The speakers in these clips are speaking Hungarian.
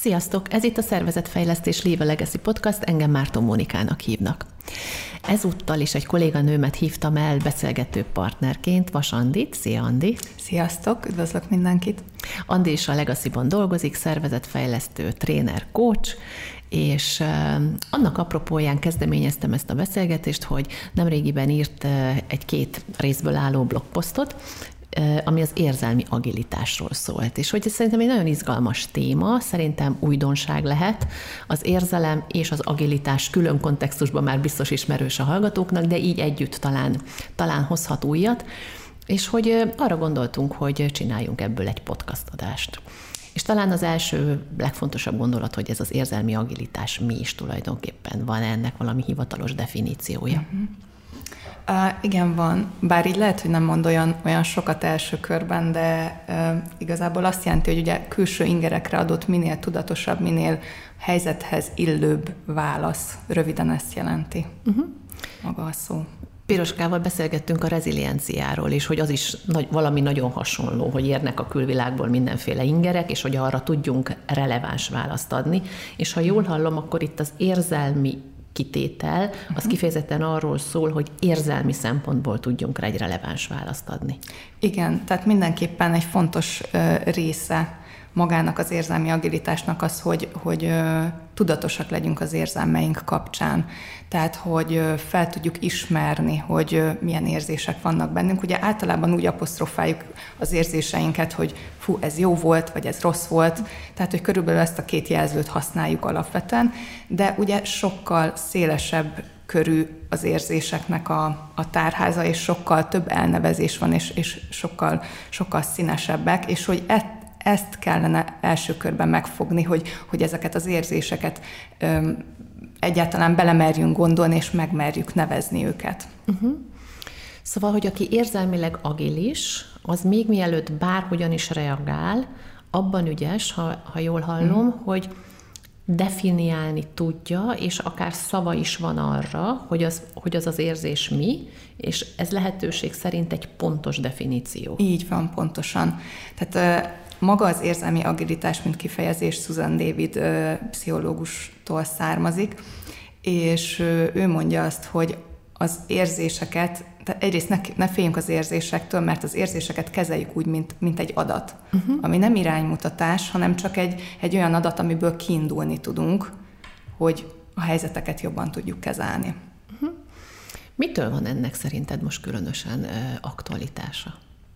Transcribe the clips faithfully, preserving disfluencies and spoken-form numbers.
Sziasztok! Ez itt a Szervezetfejlesztés Leave a Legacy Podcast, engem Márton Mónikának hívnak. Ezúttal is egy kolléganőmet hívtam el beszélgető partnerként, Vas Andit. Szia, Andi! Sziasztok! Üdvözlök mindenkit! Andi is a Legacy-ban dolgozik, szervezetfejlesztő, tréner, coach, és annak apropóján kezdeményeztem ezt a beszélgetést, hogy nemrégiben írt egy-két részből álló blogposztot, ami az érzelmi agilitásról szólt. És hogy ez szerintem egy nagyon izgalmas téma, szerintem újdonság lehet. Az érzelem és az agilitás külön kontextusban már biztos ismerős a hallgatóknak, de így együtt talán, talán hozhat újat. És hogy arra gondoltunk, hogy csináljunk ebből egy podcast adást. És talán az első, legfontosabb gondolat, hogy ez az érzelmi agilitás mi is tulajdonképpen. Van ennek valami hivatalos definíciója? Uh-huh. Uh, igen, van. Bár így lehet, hogy nem mond olyan, olyan sokat első körben, de uh, igazából azt jelenti, hogy ugye külső ingerekre adott minél tudatosabb, minél helyzethez illőbb válasz. Röviden ezt jelenti. Uh-huh. Maga a szó. Piroskával beszélgettünk a rezilienciáról is, hogy az is nagy, valami nagyon hasonló, hogy érnek a külvilágból mindenféle ingerek, és hogy arra tudjunk releváns választ adni. És ha jól hallom, akkor itt az érzelmi kitétel, az uh-huh. kifejezetten arról szól, hogy érzelmi szempontból tudjunk rá egy releváns választ adni. Igen, tehát mindenképpen egy fontos uh, része magának az érzelmi agilitásnak az, hogy, hogy uh, tudatosak legyünk az érzelmeink kapcsán. Tehát, hogy uh, fel tudjuk ismerni, hogy uh, milyen érzések vannak bennünk. Ugye általában úgy apostrofáljuk az érzéseinket, hogy fú, ez jó volt, vagy ez rossz volt. Tehát, hogy körülbelül ezt a két jelzőt használjuk alapvetően, de ugye sokkal szélesebb körű az érzéseknek a, a tárháza, és sokkal több elnevezés van, és, és sokkal, sokkal színesebbek, és hogy ett, ezt kellene első körben megfogni, hogy, hogy ezeket az érzéseket öm, egyáltalán belemerjünk gondolni, és megmerjük nevezni őket. Uh-huh. Szóval, hogy aki érzelmileg agilis, az még mielőtt bárhogyan is reagál, abban ügyes, ha, ha jól hallom, uh-huh. hogy definiálni tudja, és akár szava is van arra, hogy az, hogy az az érzés mi, és ez lehetőség szerint egy pontos definíció. Így van, pontosan. Tehát maga az érzelmi agilitás, mint kifejezés Susan David pszichológustól származik, és ő mondja azt, hogy az érzéseket, tehát egyrészt ne, ne féljünk az érzésektől, mert az érzéseket kezeljük úgy, mint, mint egy adat, uh-huh. ami nem iránymutatás, hanem csak egy, egy olyan adat, amiből kiindulni tudunk, hogy a helyzeteket jobban tudjuk kezelni. Uh-huh. Mitől van ennek szerinted most különösen uh, aktualitása?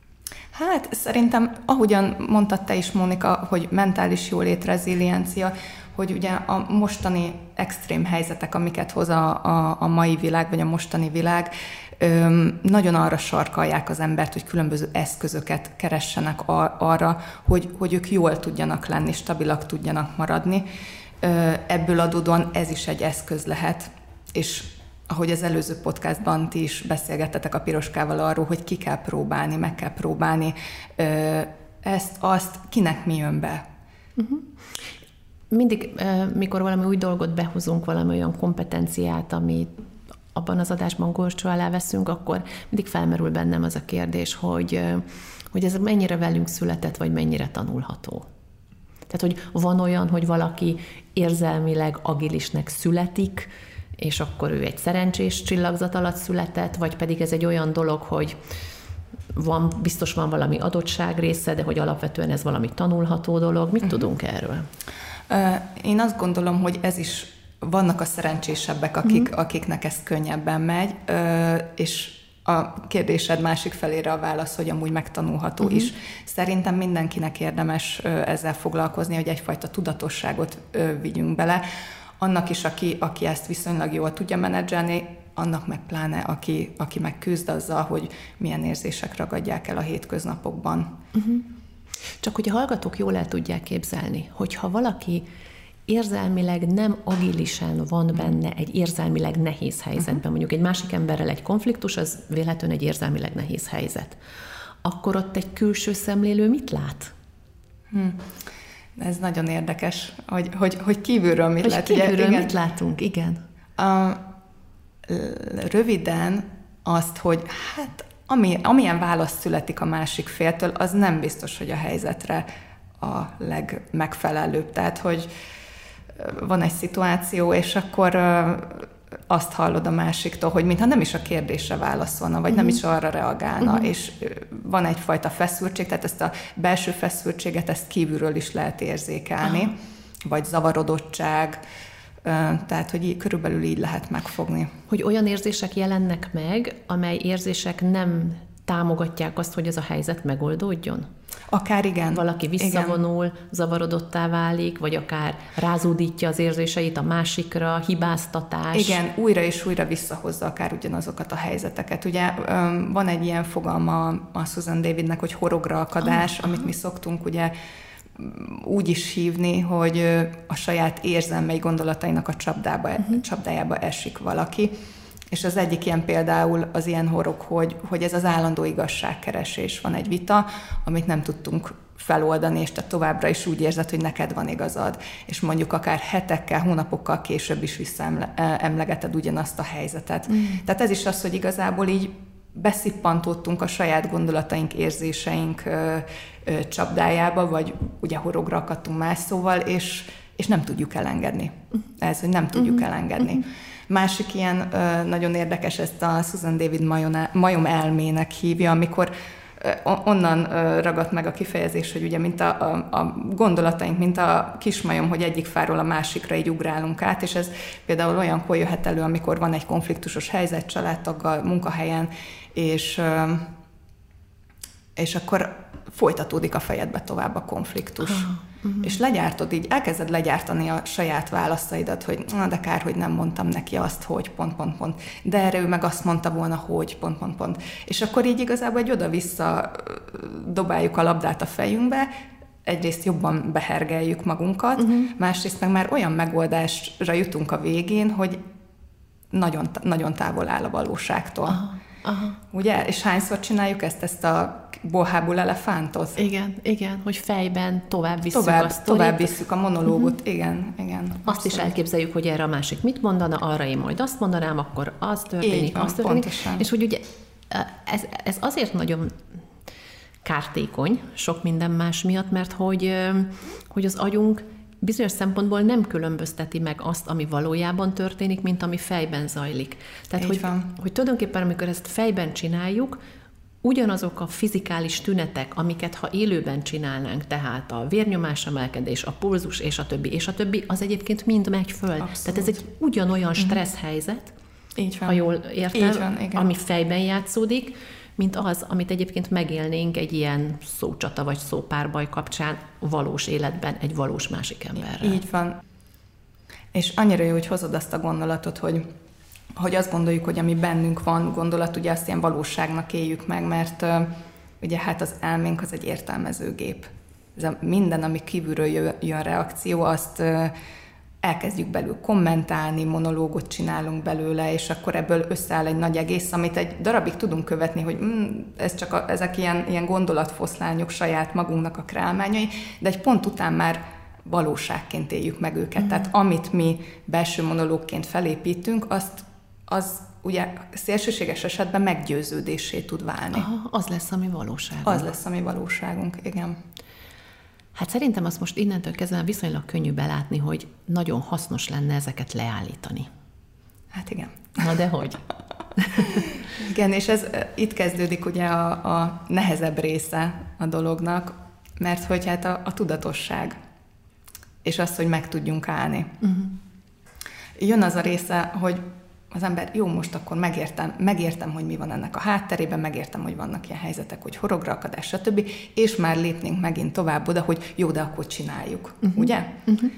Hát szerintem, ahogyan mondtad te is, Mónika, hogy mentális jólét, reziliencia, hogy ugye a mostani extrém helyzetek, amiket hoz a, a, a mai világ, vagy a mostani világ, öm, nagyon arra sarkalják az embert, hogy különböző eszközöket keressenek ar- arra, hogy, hogy ők jól tudjanak lenni, stabilak tudjanak maradni. Ö, ebből adódóan ez is egy eszköz lehet, és ahogy az előző podcastban ti is beszélgettetek a Piroskával arról, hogy ki kell próbálni, meg kell próbálni ö, ezt, azt, kinek mi jön be. Uh-huh. Mindig, mikor valami új dolgot behozunk, valami olyan kompetenciát, ami abban az adásban gorcsó alá veszünk, akkor mindig felmerül bennem az a kérdés, hogy, hogy ez mennyire velünk született, vagy mennyire tanulható. Tehát, hogy van olyan, hogy valaki érzelmileg agilisnek születik, és akkor ő egy szerencsés csillagzat alatt született, vagy pedig ez egy olyan dolog, hogy van, biztos van valami adottság része, de hogy alapvetően ez valami tanulható dolog. Mit uh-huh. tudunk erről? Én azt gondolom, hogy ez is, vannak a szerencsésebbek, akik, uh-huh. akiknek ez könnyebben megy, és a kérdésed másik felére a válasz, hogy amúgy megtanulható uh-huh. is. Szerintem mindenkinek érdemes ezzel foglalkozni, hogy egyfajta tudatosságot vigyünk bele. Annak is, aki, aki ezt viszonylag jól tudja menedzselni, annak meg pláne, aki, aki meg küzd azzal, hogy milyen érzések ragadják el a hétköznapokban. Uh-huh. Csak hogy a hallgatók jól el tudják képzelni, hogyha valaki érzelmileg nem agilisen van benne egy érzelmileg nehéz helyzetben, uh-huh. mondjuk egy másik emberrel egy konfliktus, az véletlenül egy érzelmileg nehéz helyzet, akkor ott egy külső szemlélő mit lát? Hmm. Ez nagyon érdekes, hogy, hogy, hogy kívülről mit hogy lát. Kívülről ugye, igen, mit látunk, igen. A, röviden azt, hogy hát ami, amilyen válasz születik a másik féltől, az nem biztos, hogy a helyzetre a legmegfelelőbb. Tehát, hogy van egy szituáció, és akkor azt hallod a másiktól, hogy mintha nem is a kérdésre válaszolna, vagy uh-huh. nem is arra reagálna, uh-huh. és van egyfajta feszültség, tehát ezt a belső feszültséget, ezt kívülről is lehet érzékelni, uh-huh. vagy zavarodottság, tehát, hogy így, körülbelül így lehet megfogni. Hogy olyan érzések jelennek meg, amely érzések nem támogatják azt, hogy ez a helyzet megoldódjon? Akár igen. Valaki visszavonul, igen. zavarodottá válik, vagy akár rázódítja az érzéseit a másikra, hibáztatás. Igen, újra és újra visszahozza akár ugyanazokat a helyzeteket. Ugye van egy ilyen fogalma a Susan Davidnek, hogy horogralkadás, ah, amit mi szoktunk ugye úgy is hívni, hogy a saját érzelmei gondolatainak a csapdába, uh-huh. csapdájába esik valaki. És az egyik ilyen például az ilyen horog, hogy, hogy ez az állandó igazságkeresés. Van egy vita, amit nem tudtunk feloldani, és te továbbra is úgy érzed, hogy neked van igazad. És mondjuk akár hetekkel, hónapokkal később is visszaemlegeted ugyanazt a helyzetet. Mm. Tehát ez is az, hogy igazából így beszippantottunk a saját gondolataink, érzéseink ö, ö, csapdájába, vagy ugye horogra akadtunk más szóval, és, és nem tudjuk elengedni. Ez, hogy nem tudjuk mm-hmm. elengedni. Mm-hmm. Másik ilyen ö, nagyon érdekes, ezt a Susan David majom elmének hívja, amikor ö, onnan ö, ragadt meg a kifejezés, hogy ugye mint a, a, a gondolataink, mint a kismajom, hogy egyik fáról a másikra így ugrálunk át, és ez például olyankor jöhet elő, amikor van egy konfliktusos helyzet családtaggal, munkahelyen, és, ö, és akkor folytatódik a fejedbe tovább a konfliktus. Uh-huh. És legyártod így, elkezded legyártani a saját válaszaidat, hogy na, de kár, hogy nem mondtam neki azt, hogy pont, pont, pont. De erre ő meg azt mondta volna, hogy pont, pont, pont. És akkor így igazából egy oda-vissza dobáljuk a labdát a fejünkbe, egyrészt jobban behergeljük magunkat, uh-huh. másrészt meg már olyan megoldásra jutunk a végén, hogy nagyon, nagyon távol áll a valóságtól. Uh-huh. Aha. Ugye? És hányszor csináljuk ezt, ezt a bolhábul elefántot? Igen, igen, hogy fejben tovább visszük tovább, a sztorit. Tovább visszük a monológot, uh-huh. igen, igen. Azt abszolút. Is elképzeljük, hogy erre a másik mit mondana, arra én majd azt mondanám, akkor az történik, van, az történik. Pontosan. És hogy ugye ez, ez azért nagyon kártékony sok minden más miatt, mert hogy, hogy az agyunk bizonyos szempontból nem különbözteti meg azt, ami valójában történik, mint ami fejben zajlik. Tehát, hogy, hogy tulajdonképpen, amikor ezt fejben csináljuk, ugyanazok a fizikális tünetek, amiket ha élőben csinálnánk, tehát a vérnyomás emelkedés, a pulzus, és a többi, és a többi, az egyébként mind megy föl. Abszolút. Tehát ez egy ugyanolyan stressz helyzet, így van. ha jól értem, így van, igen. ami fejben játszódik, mint az, amit egyébként megélnénk egy ilyen szócsata vagy szópárbaj kapcsán valós életben egy valós másik emberrel. Így van. És annyira jó, hogy hozod azt a gondolatot, hogy, hogy azt gondoljuk, hogy ami bennünk van gondolat, ugye azt ilyen valóságnak éljük meg, mert uh, ugye hát az elménk az egy értelmezőgép. Ez a minden, ami kívülről jön, jön reakció, azt uh, elkezdjük belül kommentálni, monológot csinálunk belőle, és akkor ebből összeáll egy nagy egész, amit egy darabig tudunk követni, hogy mm, ez csak a, ezek ilyen, ilyen gondolatfoszlányok saját magunknak a kreálmányai, de egy pont után már valóságként éljük meg őket. Mm. Tehát amit mi belső monológként felépítünk, azt, az ugye szélsőséges esetben meggyőződésé tud válni. Aha, az lesz a mi valóságunk. Az lesz a mi valóságunk, igen. Hát szerintem azt most innentől kezdve viszonylag könnyű belátni, hogy nagyon hasznos lenne ezeket leállítani. Hát igen. Na de hogy? Igen, és ez itt kezdődik ugye a, a nehezebb része a dolognak, mert hogy hát a, a tudatosság, és az, hogy meg tudjunk állni. Uh-huh. Jön az a része, hogy az ember, jó, most akkor megértem, megértem, hogy mi van ennek a hátterében, megértem, hogy vannak ilyen helyzetek, hogy horograkadás, stb., és már lépnénk megint tovább oda, hogy jó, de akkor csináljuk, uh-huh. ugye? Uh-huh.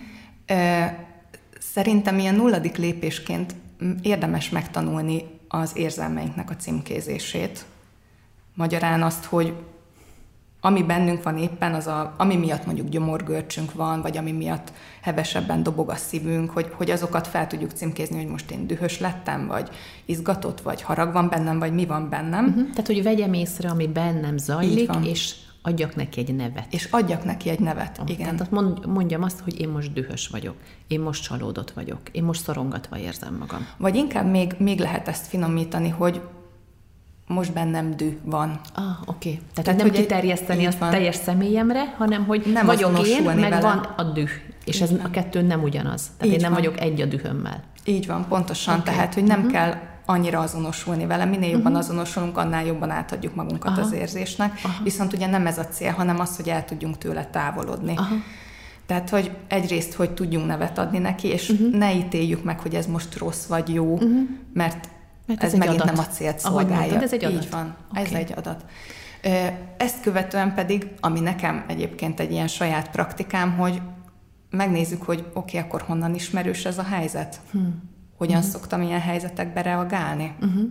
Szerintem ilyen nulladik lépésként érdemes megtanulni az érzelmeinknek a címkézését. Magyarán azt, hogy ami bennünk van éppen, az a, ami miatt mondjuk gyomorgörcsünk van, vagy ami miatt hevesebben dobog a szívünk, hogy, hogy azokat fel tudjuk címkézni, hogy most én dühös lettem, vagy izgatott, vagy harag van bennem, vagy mi van bennem. Uh-huh. Tehát, hogy vegyem észre, ami bennem zajlik, és adjak neki egy nevet. És adjak neki egy nevet, oh, igen. Tehát mondjam azt, hogy én most dühös vagyok, én most csalódott vagyok, én most szorongatva érzem magam. Vagy inkább még, még lehet ezt finomítani, hogy most bennem düh van. Ah, oké. Okay. Tehát, Tehát nem hogy kiterjeszteni azt teljes személyemre, hanem hogy nem vagyok én, meg vele. Van a düh. És így ez van. A kettő nem ugyanaz. Tehát így én nem van. Vagyok egy a dühömmel. Így van, pontosan. Okay. Tehát, hogy nem uh-huh. kell annyira azonosulni vele. Minél jobban uh-huh. azonosulunk, annál jobban átadjuk magunkat Aha. az érzésnek. Aha. Viszont ugye nem ez a cél, hanem az, hogy el tudjunk tőle távolodni. Aha. Tehát, hogy egyrészt, hogy tudjunk nevet adni neki, és uh-huh. ne ítéljük meg, hogy ez most rossz vagy jó, uh-huh. mert, mert ez, ez megint adat. Nem a célt szolgálja. Mondtad, ez egy adat. Így van, okay. ez egy adat. Ezt követően pedig, ami nekem egyébként egy ilyen saját praktikám, hogy megnézzük, hogy oké, okay, akkor honnan ismerős ez a helyzet? Hmm. Hogyan uh-huh. szoktam ilyen helyzetekbe reagálni? Uh-huh.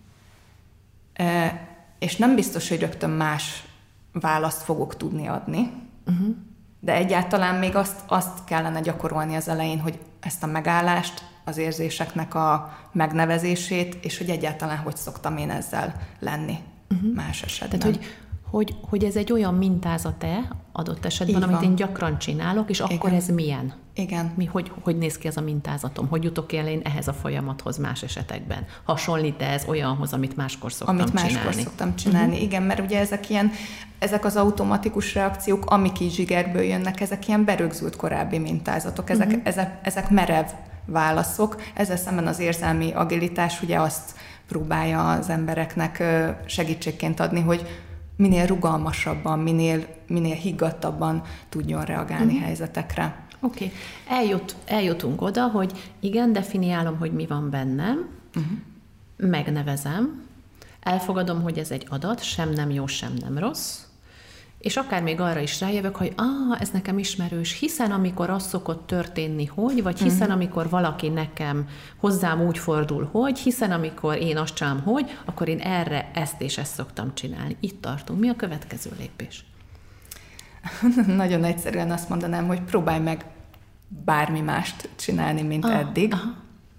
És nem biztos, hogy rögtön más választ fogok tudni adni, uh-huh. de egyáltalán még azt, azt kellene gyakorolni az elején, hogy ezt a megállást, az érzéseknek a megnevezését, és hogy egyáltalán hogy szoktam én ezzel lenni uh-huh. más esetben. Tehát, hogy, hogy, hogy ez egy olyan mintázat-e adott esetben, amit én gyakran csinálok, és akkor Igen. ez milyen? Igen. Mi, hogy, hogy néz ki ez a mintázatom? Hogy jutok el én ehhez a folyamathoz más esetekben? Hasonlít ez olyanhoz, amit máskor szoktam amit csinálni? Amit máskor szoktam csinálni, uh-huh. igen, mert ugye ezek ilyen, ezek az automatikus reakciók, amik így zsigerből jönnek, ezek ilyen berögzült korábbi mintázatok, ezek, uh-huh. ezek, ezek merev válaszok. Ezzel szemben az érzelmi agilitás ugye azt próbálja az embereknek segítségként adni, hogy minél rugalmasabban, minél, minél higgadtabban tudjon reagálni uh-huh. helyzetekre. Oké. Okay. Eljut, eljutunk oda, hogy igen, definiálom, hogy mi van bennem, uh-huh. megnevezem, elfogadom, hogy ez egy adat, sem nem jó, sem nem rossz, és akár még arra is rájövök, hogy ah, ez nekem ismerős, hiszen amikor az szokott történni, hogy, vagy hiszen uh-huh. amikor valaki nekem hozzám úgy fordul, hogy, hiszen amikor én azt csinálom, hogy, akkor én erre ezt és ezt szoktam csinálni. Itt tartunk. Mi a következő lépés? Nagyon egyszerűen azt mondanám, hogy próbálj meg bármi mást csinálni, mint ah, eddig. Aha.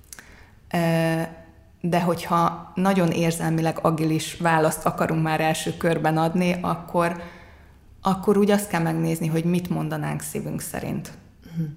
De hogyha nagyon érzelmileg agilis választ akarunk már első körben adni, akkor akkor úgy azt kell megnézni, hogy mit mondanánk szívünk szerint. Uh-huh.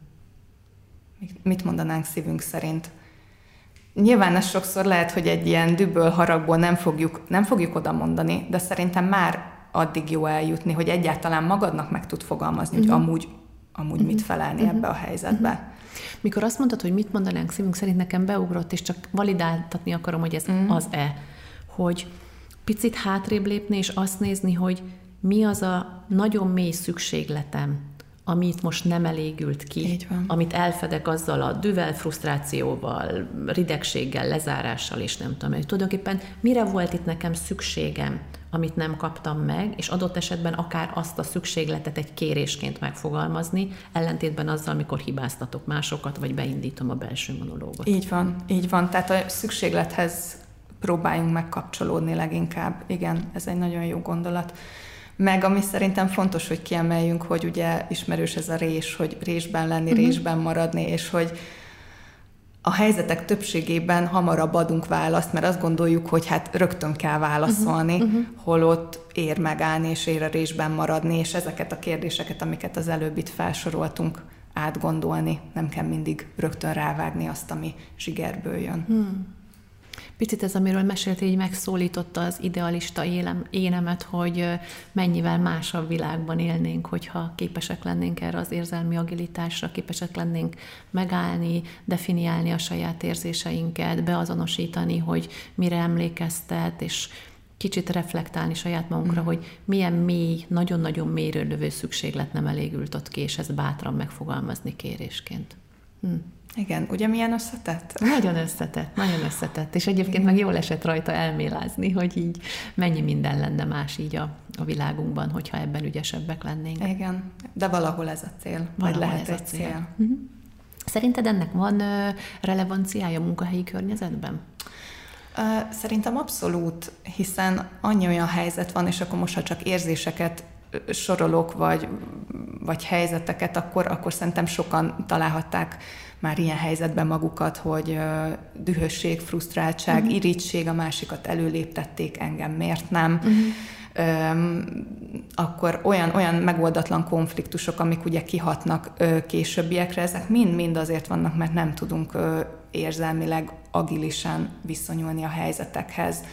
Mit mondanánk szívünk szerint. Nyilván ez sokszor lehet, hogy egy ilyen dühből, haragból nem fogjuk, nem fogjuk oda mondani, de szerintem már addig jó eljutni, hogy egyáltalán magadnak meg tud fogalmazni, uh-huh. hogy amúgy, amúgy uh-huh. mit felelni uh-huh. ebbe a helyzetbe. Uh-huh. Mikor azt mondtad, hogy mit mondanánk szívünk szerint, nekem beugrott, és csak validáltatni akarom, hogy ez uh-huh. az-e, hogy picit hátrébb lépni, és azt nézni, hogy mi az a nagyon mély szükségletem, amit most nem elégült ki, amit elfedek azzal a dühvel, frusztrációval, ridegséggel, lezárással, és nem tudom, hogy tulajdonképpen mire volt itt nekem szükségem, amit nem kaptam meg, és adott esetben akár azt a szükségletet egy kérésként megfogalmazni, ellentétben azzal, amikor hibáztatok másokat, vagy beindítom a belső monológot. Így van, így van. Tehát a szükséglethez próbáljunk megkapcsolódni leginkább. Igen, ez egy nagyon jó gondolat. Meg ami szerintem fontos, hogy kiemeljünk, hogy ugye ismerős ez a rés, hogy résben lenni, uh-huh. résben maradni, és hogy a helyzetek többségében hamarabb adunk választ, mert azt gondoljuk, hogy hát rögtön kell válaszolni, uh-huh. Uh-huh. holott ér megállni, és ér a résben maradni, és ezeket a kérdéseket, amiket az előbb itt felsoroltunk, átgondolni. Nem kell mindig rögtön rávágni azt, ami zsigerből jön. Hmm. Picit ez, amiről meséltél, így megszólította az idealista élem, énemet, hogy mennyivel másabb világban élnénk, hogyha képesek lennénk erre az érzelmi agilitásra, képesek lennénk megállni, definiálni a saját érzéseinket, beazonosítani, hogy mire emlékeztet, és kicsit reflektálni saját magunkra, mm. hogy milyen mély, nagyon-nagyon mélyről lövő szükséglet nem elégült ott ki, és ezt bátran megfogalmazni kérésként. Hm. Igen, ugye milyen összetett? Nagyon összetett, nagyon összetett, és egyébként Igen. meg jól esett rajta elmélázni, hogy így mennyi minden lenne más így a, a világunkban, hogyha ebben ügyesebbek lennénk. Igen, de valahol ez a cél, vagy lehet ez a cél. cél. Uh-huh. Szerinted ennek van uh, relevanciája a munkahelyi környezetben? Uh, szerintem abszolút, hiszen annyi olyan helyzet van, és akkor most, ha csak érzéseket sorolok, vagy, vagy helyzeteket, akkor, akkor szerintem sokan találhatták már ilyen helyzetben magukat, hogy dühösség, frusztráltság, uh-huh. irigység, a másikat előléptették, engem miért nem. Uh-huh. Öm, akkor olyan, olyan megoldatlan konfliktusok, amik ugye kihatnak ö, későbbiekre, ezek mind-mind azért vannak, mert nem tudunk ö, érzelmileg agilisan viszonyulni a helyzetekhez. És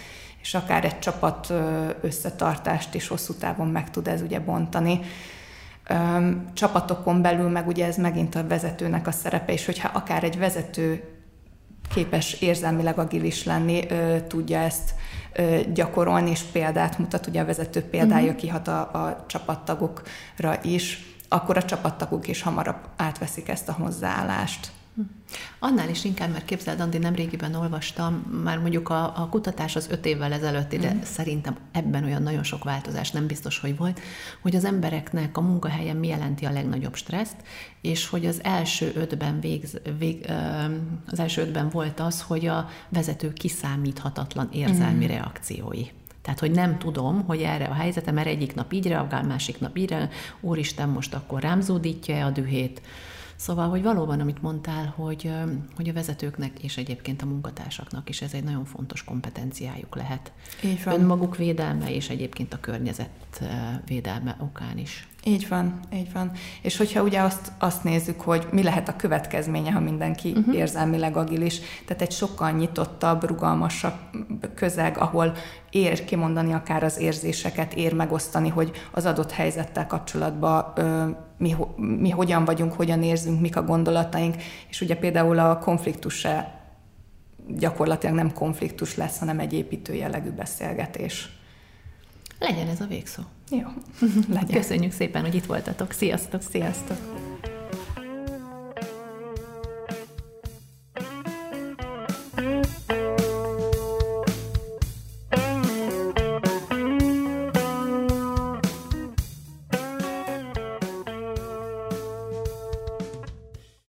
és akár egy csapat összetartást is hosszú távon meg tud ez ugye bontani. Csapatokon belül meg ugye ez megint a vezetőnek a szerepe, és hogyha akár egy vezető képes érzelmileg agilis lenni, tudja ezt gyakorolni, és példát mutat, ugye a vezető példája uh-huh. kihat a, a csapattagokra is, akkor a csapattagok is hamarabb átveszik ezt a hozzáállást. Annál is inkább, mert képzeld, Andi, nemrégiben olvastam, már mondjuk a, a kutatás az öt évvel ezelőtti, de mm. szerintem ebben olyan nagyon sok változás nem biztos, hogy volt, hogy az embereknek a munkahelyen mi jelenti a legnagyobb stresszt, és hogy az első ötben, végz, vég, az első ötben volt az, hogy a vezető kiszámíthatatlan érzelmi mm. reakciói. Tehát, hogy nem tudom, hogy erre a helyzetre, mert egyik nap így reagál, másik nap így reagál, úristen, most akkor rám zúdítja a dühét. Szóval, hogy valóban, amit mondtál, hogy, hogy a vezetőknek és egyébként a munkatársaknak is ez egy nagyon fontos kompetenciájuk lehet. Így van. Önmaguk védelme és egyébként a környezet védelme okán is. Így van, így van. És hogyha ugye azt, azt nézzük, hogy mi lehet a következménye, ha mindenki uh-huh. érzelmileg agilis, tehát egy sokkal nyitottabb, rugalmasabb közeg, ahol ér kimondani akár az érzéseket, ér megosztani, hogy az adott helyzettel kapcsolatban ö, mi, mi hogyan vagyunk, hogyan érzünk, mik a gondolataink, és ugye például a konfliktus se gyakorlatilag nem konfliktus lesz, hanem egy építő jellegű beszélgetés. Legyen ez a végszó. Jó, legyen. Köszönjük szépen, hogy itt voltatok. Sziasztok! Sziasztok!